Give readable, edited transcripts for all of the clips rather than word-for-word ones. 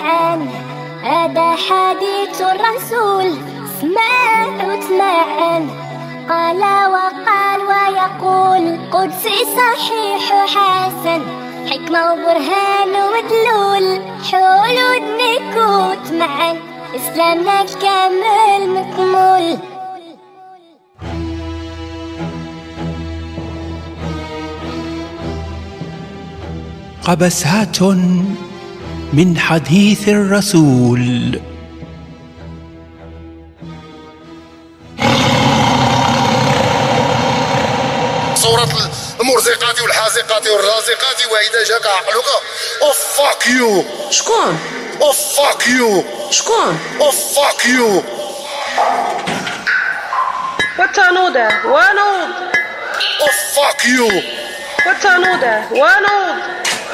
معا، هذا حديث الرسول اسمعوا تمعن. قال وقال ويقول قدسي صحيح حسن، حكمة وبرهان ومدلول حول ودنك معا، إسلامنا الكامل مكمول. قبسات من حديث الرسول. صورة المرزقات والحازقات والرازقات وإذا جاك عقلك أو فاك يو. شكون؟ أو فاك يو. شكون؟ أو فاك يو. وتنوده ونوض. أو فاك يو. وتنوده ونوض.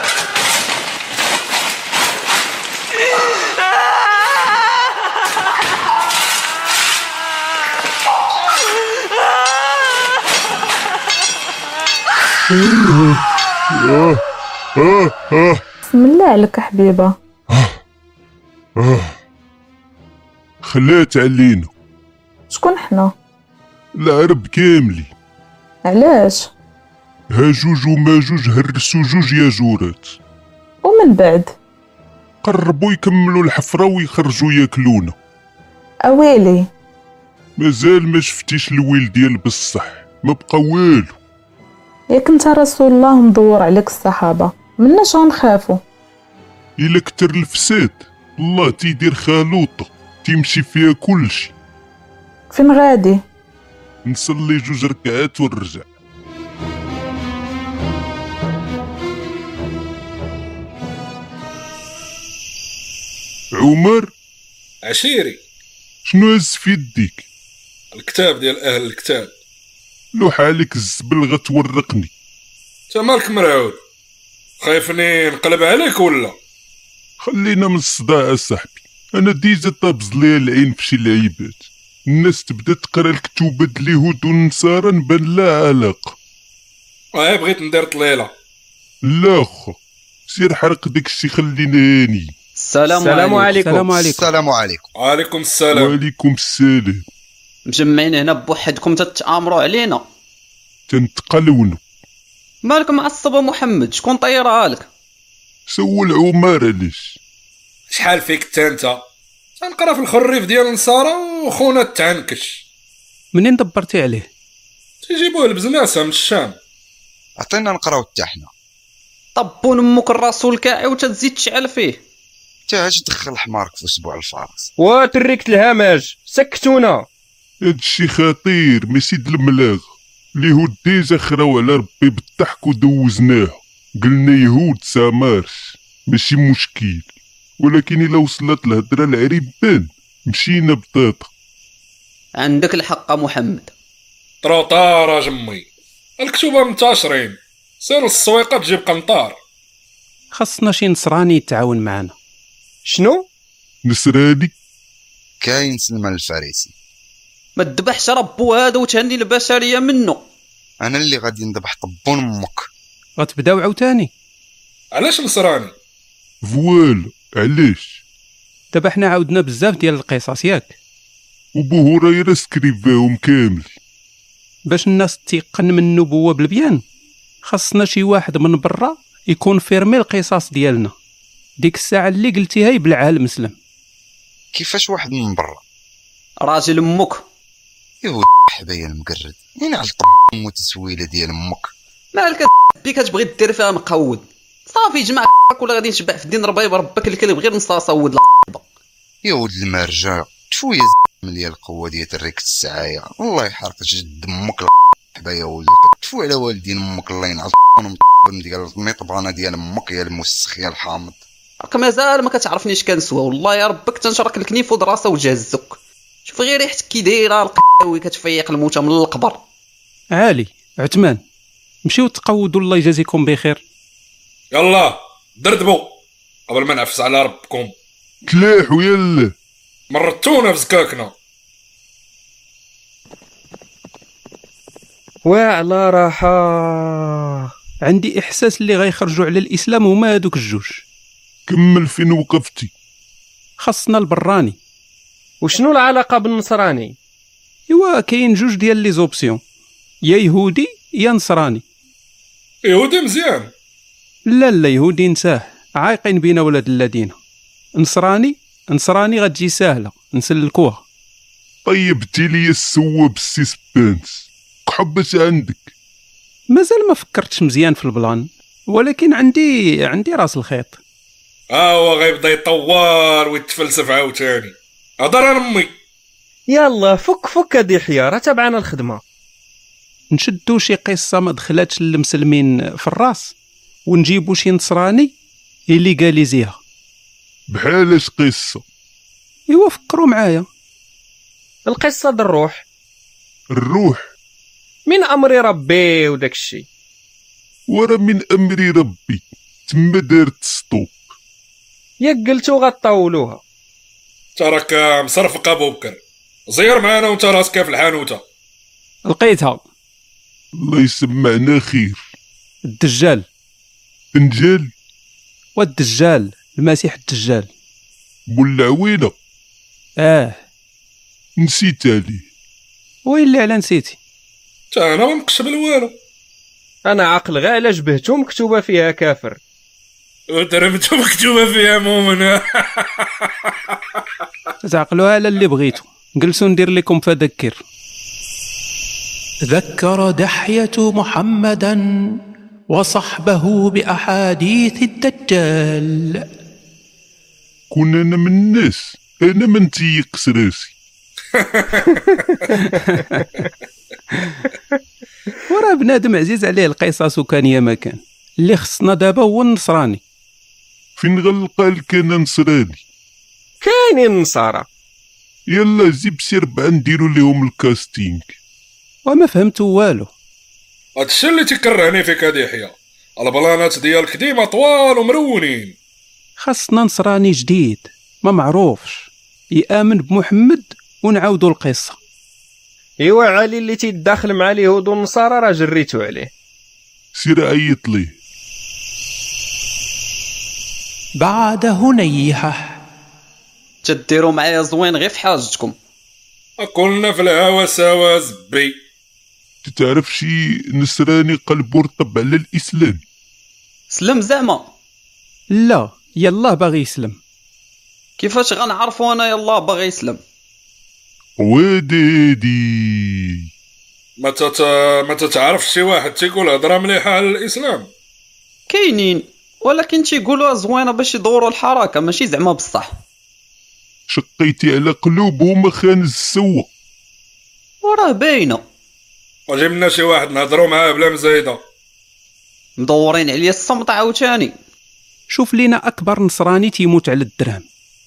بسم الله عليك حبيبه. خلات علينا. شكون حنا؟ العرب كاملين. علاش؟ هاجوج وماجوج هرسوا جوج ياجورات، ومن بعد قربوا يكملوا الحفرة ويخرجوا ياكلونا. اويلي مازال ما شفتيش الويل ديال بصح، ما بقى والو. ياك انت رسول الله مدور عليك الصحابه، مناش غنخافوا. إلا كتر الفساد الله تيدير خلوطة تيمشي فيها كلشي. فين غادي؟ نصلي جوج ركعات ونرجع. عمر عشيري، شنو هز في يديك؟ الكتاب ديال اهل الكتاب. لوح عليك الزبل غتورقني. انت مالك مرعود؟ خايفني نقلب عليك ولا؟ خلينا من الصداع صاحبي، انا ديجا طابز ليا العين في شي لعيبات. الناس تبدا تقرا الكتوبه د اليهود والنصارى نبان لا علاقه. بغيت ندير طليله. لا خو سير حرق داكشي خلينا هاني. السلام عليكم. السلام عليكم. وعليكم السلام. وعليكم السلام. مجمعين هنا بوحدكم تتآمروا علينا. تنتقلونو. مالك معصب محمد؟ شكون طيرها لك؟ سول عمر علاش. شحال فيك انت؟ تنقرا في الخريف ديال النصارى وخونا تعنكش. منين دبرتي عليه؟ تيجيبوه البزناسه من الشام. عطينا نقراو حتى حنا. طبون امك الرسول كاعي وتزيد تشعل فيه. تا اش دخل حمارك في اسبوع الفارس؟ وتريكت الهمج سكتونا. هادشي خطير ماشي د الملاغ. اليهود ديجا خراو على ربي بالضحك ودوزناه، قلنا يهود سامارش ماشي مشكل. ولكن الا وصلت الهضره العريبان مشينا بطاطا. عندك الحق محمد. طروطار جمي، الكتوبه منتشرين، سير للسويقه تجيب قنطار. خاصنا شي نصراني يتعاون معنا. شنو؟ نسراني؟ كاين سلمان الفارسي. ما تذبحش ربو هذا وتهني البشريه منه. انا اللي غادي نذبح طبون امك. غتبداو عاوتاني؟ علاش نصراني؟ فوالا علاش؟ دابا حنا عاودنا بزاف ديال القصص ياك، وبو هريره سكريفاهم كامل. باش الناس تيقن من النبوه بالبيان خاصنا شي واحد من برا يكون فيرمي القصص ديالنا. ديك الساعه اللي قلتيها يبلعها المسلم. كيفاش واحد من برا؟ راجل امك. يهود حبايا المقرد، مين على طب متسويله ديال امك؟ مالك بي كتبغي دير فيها مقود؟ صافي جمع ولا غادي نشبع في الدين ربي بربك الكلب غير نصاصود القبه. يهود المرجع شويه مليا القوه ديال الريك السعايه، الله يحرق جد امك حبايا ولد. تفو على والدين امك الله ينعطونهم ديال المطبانه ديال امك يا المسخ يا الحامض. راك مازال ما كتعرفنيش كنسوا، والله يا ربك تنشرك الكنيف ودراسه وجهزك. شوف غير ريحتك كي دايره القهوي كتفيق الموتى من القبر. عالي عثمان، مشيو تقودوا الله يجازيكم بخير. يلا دردبوا قبل ما نعفس على ربكم. تلاحوا يلا مرتونا في زكاكنا. وعلى راحه. عندي احساس اللي غيخرجوا على الاسلام هما هذوك الجوج. كمل فين وقفتي. خاصنا البراني. وشنو العلاقة بالنصراني؟ ايوا كاين جوج ديال لي زوبسيون، يا يهودي يا نصراني. يهودي مزيان. لا يهودي نتاه، عايقين بينا ولاد الذين. نصراني غتجي ساهله نسلكوها. طيبتي لي السوا بالسيسبانس، كحبت عندك. مازال ما فكرتش مزيان في البلان، ولكن عندي راس الخيط. هو غيبدا يطور ويتفلسف عاوتاني. هضر امي. يلا فك دحية، راه تابعنا الخدمة. نشدو شي قصه ما دخلاتش للمسلمين في الراس ونجيبو شي نصراني اللي قاليزيها. بحال اش قصه؟ ايوا فكروا معايا. القصة د الروح من امر ربي وداك الشيء. ورا من امر ربي تما دارت ستوب. ياك قلتو غطولوها. تراك مصرفق ابو بكر، زير معانا وانت راسك في الحانوته. لقيتها. الله يسمعنا خير. الدجال. انجال والدجال المسيح الدجال. بولعوينه. نسيت عليه. ويلي على نسيتي. تا انا ما نقشبل والو. انا عاقل غير على جبهتو مكتوبه فيها كافر ودربتو مكتوبه فيها مؤمن. تعقلوها على اللي بغيتو. جلسوا ندير لكم فذكر. ذكر دحية محمدا وصحبه بأحاديث الدجال. كون انا من الناس، انا ما نتيقس راسي. وراه بنادم عزيز عليه القصص وكان يا مكان. اللي خصنا دابا هو النصراني. فين غنلقى الكان نصراني؟ كاينين النصارى. يلا زيب سي 4 نديرو ليهم الكاستينغ. وما فهمتو والو. هادشي اللي تكرهني فيك دحية، البلانات ديالك ديما طوال ومرونين. خاصنا نصراني جديد ما معروفش يآمن بمحمد ونعاودو القصة. ايوا علي اللي تيداخل مع اليهود والنصارى راه جريتو عليه. سير عيط ليه. بعد هنيهة تديروا معايا زوين غير في حاجتكم. كلنا في الهوا سوا زبي. تتعرف شي نصراني قلبو رطب على الاسلام؟ سلم زعما؟ لا يلا باغي يسلم. كيفاش غنعرفو انا يلا باغي يسلم؟ ودادي ما تتعرف شي واحد تيقول هضره مليحه على الاسلام؟ كاينين، ولكن تيقولوها زوينه باش يدوروا الحركه، ماشي زعما بصح. شقيتي على قلوبهم خانز السوا. وراه باينه. وجبنا شي واحد نهضروا معاه بلا مزايده. مدورين عليا الصمت عاوتاني. شوف لينا اكبر نصراني تيموت على الدرهم.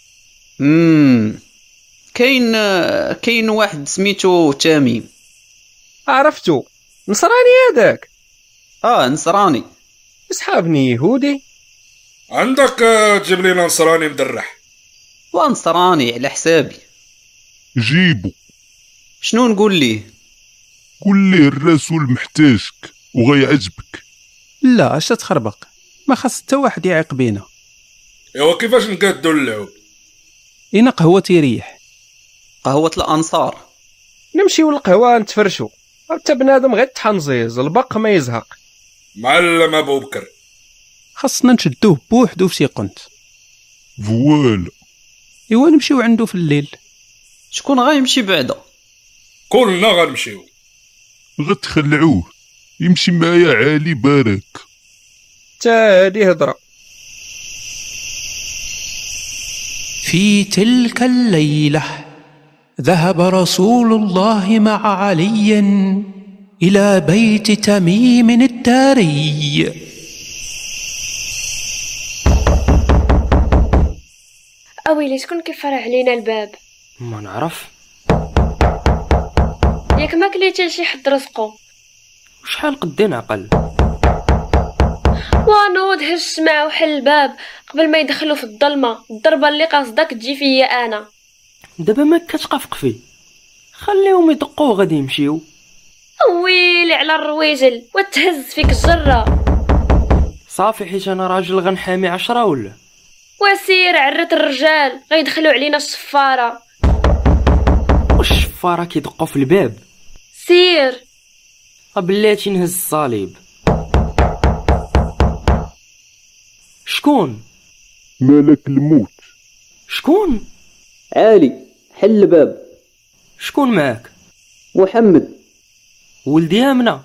كاين واحد سميتو تاميم. عرفتو نصراني هذاك؟ نصراني. اسحابني يهودي. عندك تجيب لينا نصراني مدرح. ونصراني على حسابي. جيبو. شنو نقول ليه؟ قول ليه الرسول محتاجك وغيعجبك. لا اش تخربق، ما خاص حتى واحد يعيق بينا. ايوا كيفاش نقادو اللعب؟ اين قهوه تيريح. قهوه الانصار. نمشيو للقهوه نتفرشو، حتى بنادم غير تحنزيز البق ما يزهق. معلم ابو بكر. خاصنا نشدوه بوحدو في شي قنت. فوالا. ايوا نمشيو عنده في الليل. شكون غيمشي بعدا؟ كلنا غنمشيو. غتخلعوه يمشي معايا عالي بارك. تا هادي هضره. في تلك الليلة ذهب رسول الله مع علي إلى بيت تميم الداري. أويلي شكون كيفرع علينا الباب؟ ما نعرف. ياك ما كليتي لشي حد رزقو. شحال قدين عقل. ونوض هز الشمع وحل الباب قبل ما يدخلوا في الظلمه. الضربه اللي قاصدك تجي فيا انا. دابا ما كتقفق فيه، خليهم يدقوا غادي يمشيو. ويلي على الرويجل وتهز فيك الجره. صافي حيت انا راجل غنحامي 10 ولا وسير عرت الرجال غيدخلوا علينا الشفاره. واش الشفاره كيدقوا في الباب؟ سير. بلاتي نهز الصليب. شكون؟ مالك الموت. شكون؟ عالي حل الباب. شكون معاك؟ محمد ولدي امنه.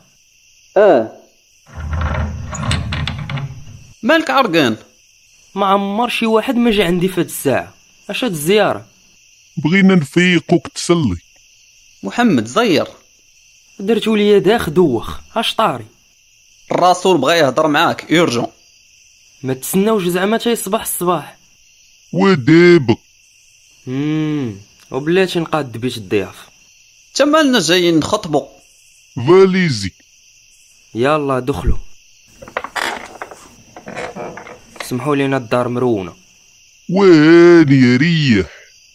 مالك عرقان؟ ما عمر شي واحد ما جا عندي في هاد الساعه. اش هاد الزياره؟ بغينا نفيقوك تصلي. محمد زير. درتو ليا داخ دوخ. اش طاري؟ الرسول بغا يهضر معاك اورجون. ما تسناوش زعما تا يصبح الصباح. ودابا وبلاتي نقاد بيت الضياف. تمالنا جايين نخطبوا. فاليزي يلا دخلوا. سمحوا لينا الدار مرونه. وهاني ريح.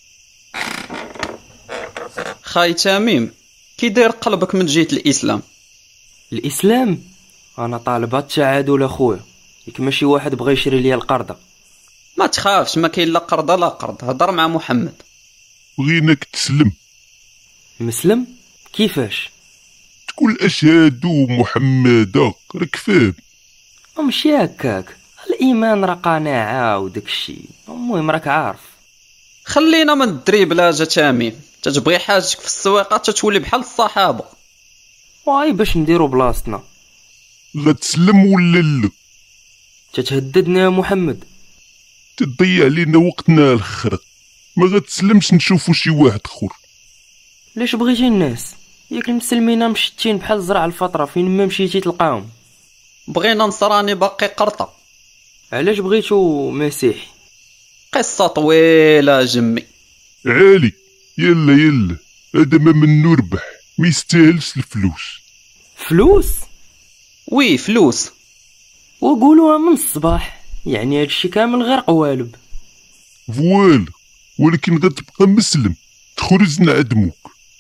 خاي تميم كي داير قلبك من جهه الاسلام؟ الاسلام انا طالبه التعادل اخويا. ياك ماشي واحد بغى يشري ليا القرضه. ما تخافش ما كاين لا قرضه لا قرض. هضر مع محمد. بغيناك تسلم. مسلم كيفاش؟ تقول اشهد محمدا راك فاهم. ماشي هكاك. الايمان راه قناعه وداكشي. المهم راك عارف. خلينا من الدريبلاجه تميم. تتبغي حاجتك في السويقه تتولي بحال الصحابه. واي باش نديرو بلاصتنا. غتسلم ولا لا؟ تتهددنا يا محمد. تضيع لينا وقتنا الاخر. ما غتسلمش نشوفو شي واحد اخر. ليش بغيتي الناس؟ ياك المسلمين مشتين بحال زرع الفطره فين ما مشيتي تلقاهم. بغينا نصراني باقي قرطه. علاش بغيتو مسيحي؟ قصه طويله جمي. عالي يلا هذا ما منو ربح. ما يستاهلش الفلوس. فلوس؟ وي فلوس. وقولوها من الصباح. يعني هادشي كامل غير قوالب. فوالا ولكن غتبقى مسلم. تخرج نعدموك.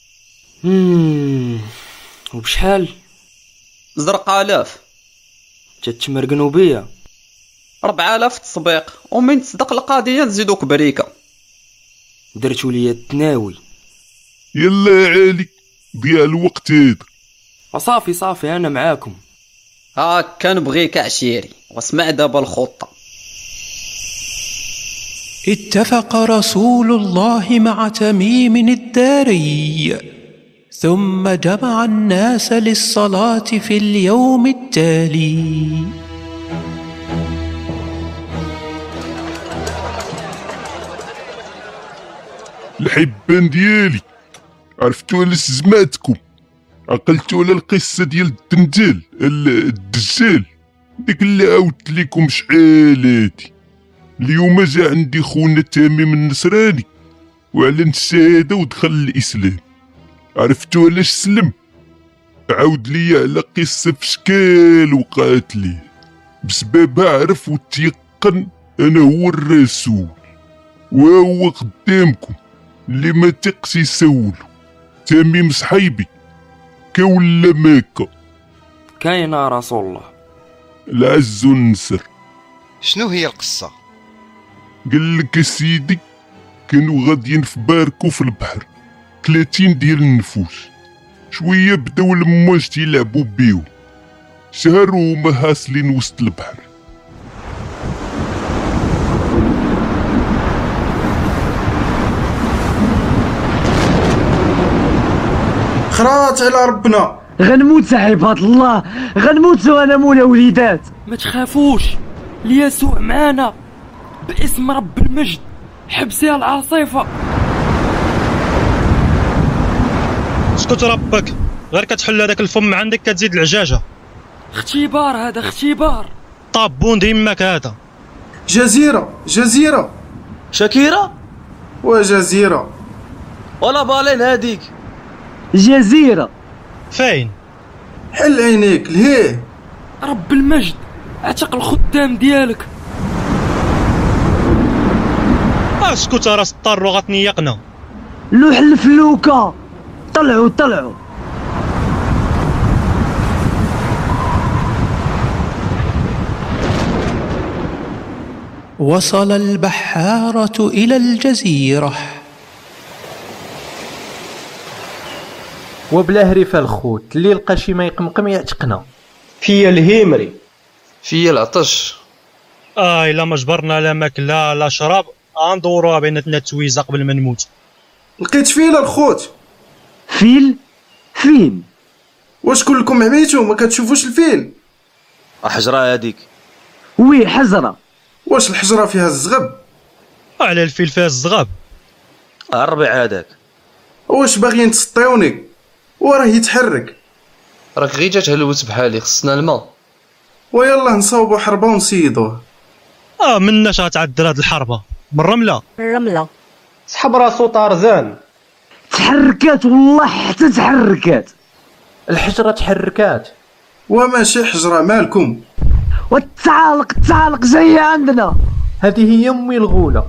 وبشحال؟ زرق آلاف. تتمرقنوا بيا. 4000 تصبيق ومن تصدق القضيه نزيدوك بريكه. درتو ليا التناوي. يلا يا عالي ضيع الوقت هذا. صافي انا معاكم. هاكا نبغيك عشيري واسمع دابا الخطه. اتفق رسول الله مع تميم الداري ثم جمع الناس للصلاة في اليوم التالي. الحبان ديالي عرفتو علاش جمعتكم؟ عقلتو على القصة ديال الدجال ديك اللي عاودت ليكم شحال هادي. اليوم جا عندي خونا تميم النصراني وعلن الشهادة ودخل الإسلام. عرفتو علاش سلم؟ عاود ليا على قصة في شكال وقعت ليه بسببها عرف وتيقن أنا هو الرسول. وهو قدامكم اللي ما تقش يسولو. تميم صحيبي كولا ماكا كاين رسول الله. العز والنسر. شنو هي القصة؟ قال لك سيدي كانوا غاديين في باركو في البحر 30 ديال النفوس. شويه بداو الامواج تيلعبوا بيهم. شهر وهما حاصلين وسط البحر. خرات على ربنا. غنموت صاحبات الله. غنموت وانا مولا وليدات. ما تخافوش اليسوع معانا باسم رب المجد. حبسي العاصفة. اسكت ربك غير كتحل هذاك الفم عندك كتزيد العجاجة. اختبار هذا اختبار. طابون ديماك هذا. جزيرة شاكيرة وجزيرة ولا بالين هاديك. جزيرة فين؟ حل عينيك لهيه. رب المجد اعتق الخدام ديالك. اسكت راس الطار وغتنيقنا. لوح الفلوكة. طلعوا وصل البحارة إلى الجزيرة. وبلا هريفه الخوت اللي لقى شي ما يقمقم يعتقنا. فيا الهيمري، فيا العطش. الا ما جبرنا لا ماكله لا شراب غندوروها بيناتنا تويزه قبل ما نموت. لقيت فيل الخوت. فيل؟ فين؟ واش كلكم عميتو ما كتشوفوش الفيل؟ حجره هذيك. وي حجره. واش الحجره فيها الزغب؟ على الفيل فيها الزغب. الربيع هذاك. واش باغيين تسطيوني؟ وراه يتحرك. راك غير جات هلوت بحالي، خصنا الماء. ويلا نصاوبوا حربه ونصيدوه. مناش غتعدل هاد الحربه من الرمله. سحب راسو طارزان. تحركات والله حتى تحركات. الحجره تحركات. وماشي حجره مالكم. والتعالق جايه عندنا. هذه هي امي الغوله.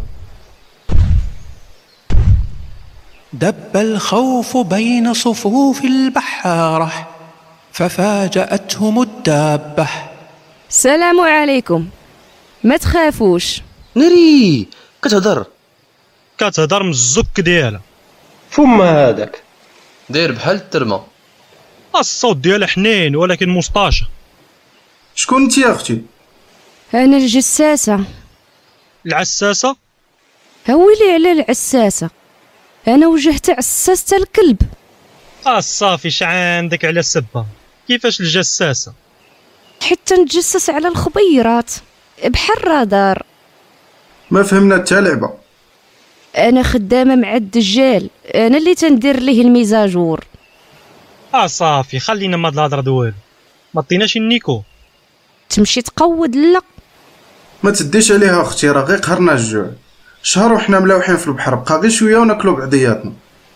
دب الخوف بين صفوف البحارة ففاجأتهم الدابة. السلام عليكم، ما تخافوش. ناري كتهضر من الزك ديالها. فما هذاك داير بحال الترمه. الصوت ديالها حنين ولكن مستاشة. شكون انت يا اختي؟ انا الجساسه. العساسه؟ هولي على العساسه، انا وجهت عساسه الكلب. صافي شعندك على السبه. كيفاش الجساسه؟ حتى نتجسس على الخبيرات بحال رادار. ما فهمنا حتى لعبه. انا خدامه مع الدجال، انا اللي تندير ليه الميزاجور. صافي خلينا ما الهضره دوالو، ما عطيناش النيكو. تمشي تقود لا ما تديش عليها اختي، راه غير قهرنا الجوع. شهر وحنا ملاوحين في البحر، بقى غير شويه وناكلوا بعضياتنا.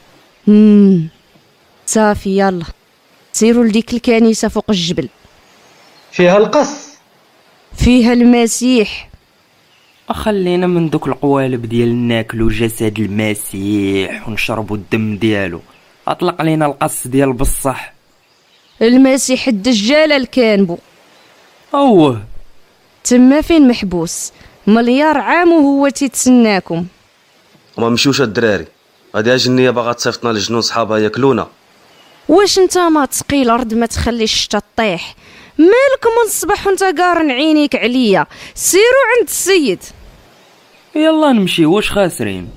صافي يلا سيروا لديك الكنيسه فوق الجبل. فيها القص، فيها المسيح. خلينا من دوك القوالب ديال ناكلو جسد المسيح ونشربو الدم ديالو. اطلق علينا القص ديال بصح. المسيح الدجال الكانبو. اوه تما فين محبوس مليار عام وهو تيتسناكم. وما مشيوش الدراري، هادي الجنيه باغا تصيفطنا لجنون صحابها ياكلونا. واش انت ما تسقي الارض ما تخليش الشتا طيح؟ مالك من الصباح وانت قارن عينيك عليا؟ سيروا عند السيد. يلا نمشي، واش خاسرين؟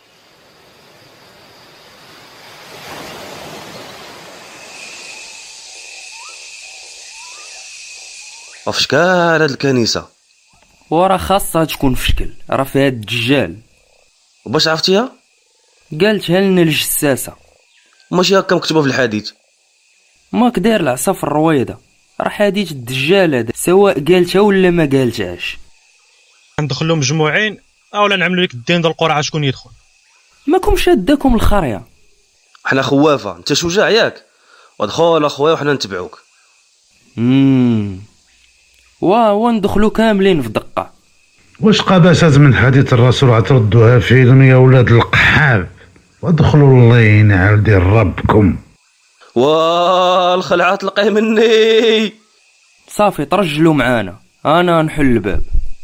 وفي شكال هاد الكنيسه؟ ورا خاصها تكون في شكل، راه فيها الدجال. وباش عرفتيها؟ قالتها لنا الجساسه. ماشي هكا مكتوبه في الحديث؟ ماك داير العصا في الرويضه، راه حديث الدجال هذا سواء قالتها ولا ما قالتهاش. ندخلوا مجموعين اولا نعملوا لك الدين ديال القرعه شكون يدخل. ماكم شاداكم الخريه. حنا خوافه، انت شجاع ياك؟ ودخل اخويا وحنا نتبعوك. وندخلوا كاملين في دقه. واش قباسات من حديث الرسول غتردوها فيكم يا ولاد القحاب؟ وادخلوا الله ينعل ديال ربكم. والخلعه تلقيه مني. صافي ترجلوا معانا، انا نحل الباب.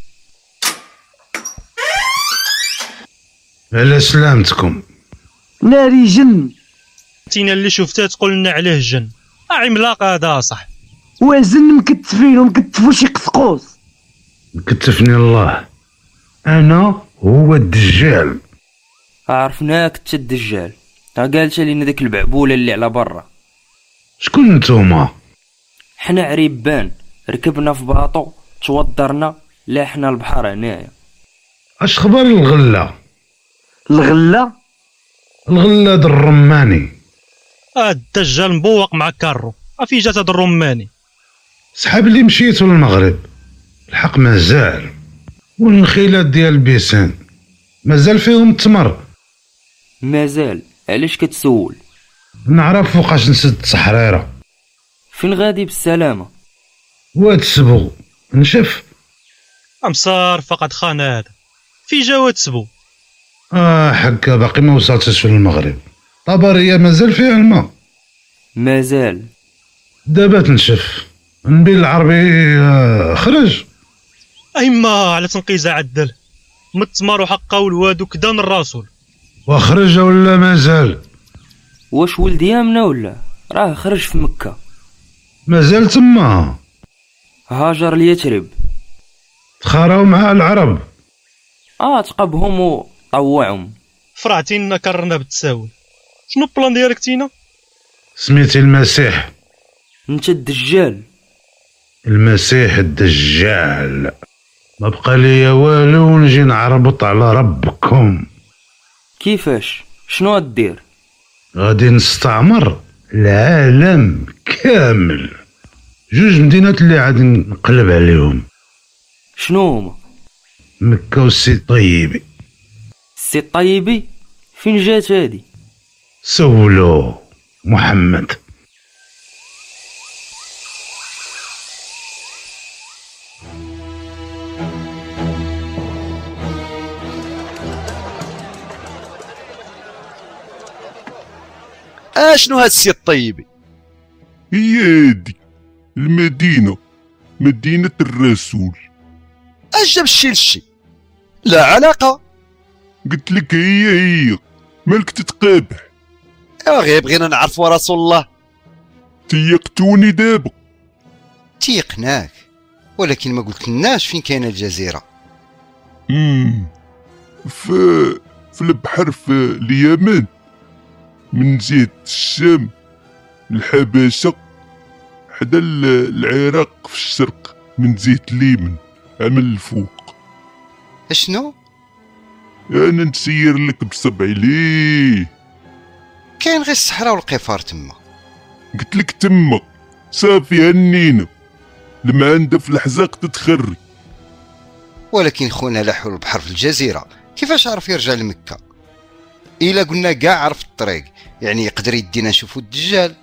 على سلامتكم. ناري جن. تينا اللي شفتها تقول لنا عليه جن. عملاق هذا صح. وزن مكتفين ومكتفوا شي قسقوس. مكتفني الله، انا هو الدجال. عرفناك انت الدجال، قالت لينا داك البعبوله اللي على برا. شكون نتوما؟ حنا عريبان، ركبنا في باطو توضرنا لاحنا البحر هنايا. اش خبر الغله؟ الغله د الرماني. الدجال مبوق مع كارو، افي جات هاد الرماني. صحاب اللي مشيتو للمغرب الحق مازال، والنخيلات ديال البيسان مازال فيهم التمر. مازال؟ علاش كتسول؟ نعرف فوقاش نسد الصحريره. فين غادي بالسلامه؟ واد السبو نشف. امصار فقد خان هذا في جواد سبو. حكا باقي ما وصلتش للمغرب. طبريه مازال فيها الماء؟ مازال. دابا تنشف. النبي العربي خرج. ايما على تنقيزه عدل. متمر وحقه والواد وكدا من الرسول. وخرج ولا مازال؟ واش ولد يامنا ولا راه خرج في مكة؟ مازال تما؟ هاجر ليثرب. تخاراو مع العرب؟ تقبهم وطوعهم. فرعتينا كرنا بالتساوي. شنو البلان ديالك تينا؟ سميتي المسيح. انت الدجال. المسيح الدجال. ما بقى ليا والو ونجي نعربط على ربكم. كيفاش؟ شنو غدير؟ غادي نستعمر العالم كامل. 2 مدينات اللي عادي نقلب عليهم. شنو هما؟ مكة والسي طيبي. السي طيبي فين جات هادي؟ سولو محمد. شنو هاد السي الطيبي؟ هي هادي المدينة، مدينة الرسول. اش جاب الشي للشي؟ لا علاقة. قلت لك هي مالك تتقابح؟ غير بغينا نعرفوا رسول الله. تيقتوني دابا. تيقناك ولكن ما قلت لناش فين كاينه الجزيرة. في البحر في اليمن، من جهة الشام الحبشة، حدا العراق في الشرق من جهة اليمن عمل الفوق. اشنو؟ انا نسير لك بصبعي ليه. كاين غير الصحراء والقفار تما. قلت لك تما صافي هنينا المعندة في الحزاق تتخري. ولكن خونا لاحوا البحر في الجزيرة، كيفاش عرف يرجع لمكة؟ إلا قلنا كاع عرف الطريق، يعني يقدر يدينا نشوفوا الدجال.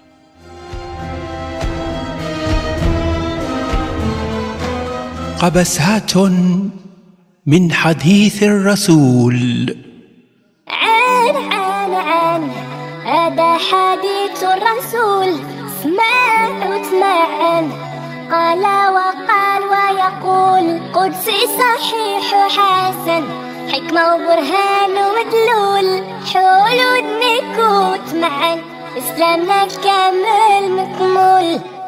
قبسات من حديث الرسول. عن هذا حديث الرسول، اسمع واسمع. قال وقال ويقول، قدسي صحيح حسن، حكمة وبرهان ومدلول، حول ودنك وتمعن، إسلامنا الكامل مكمول.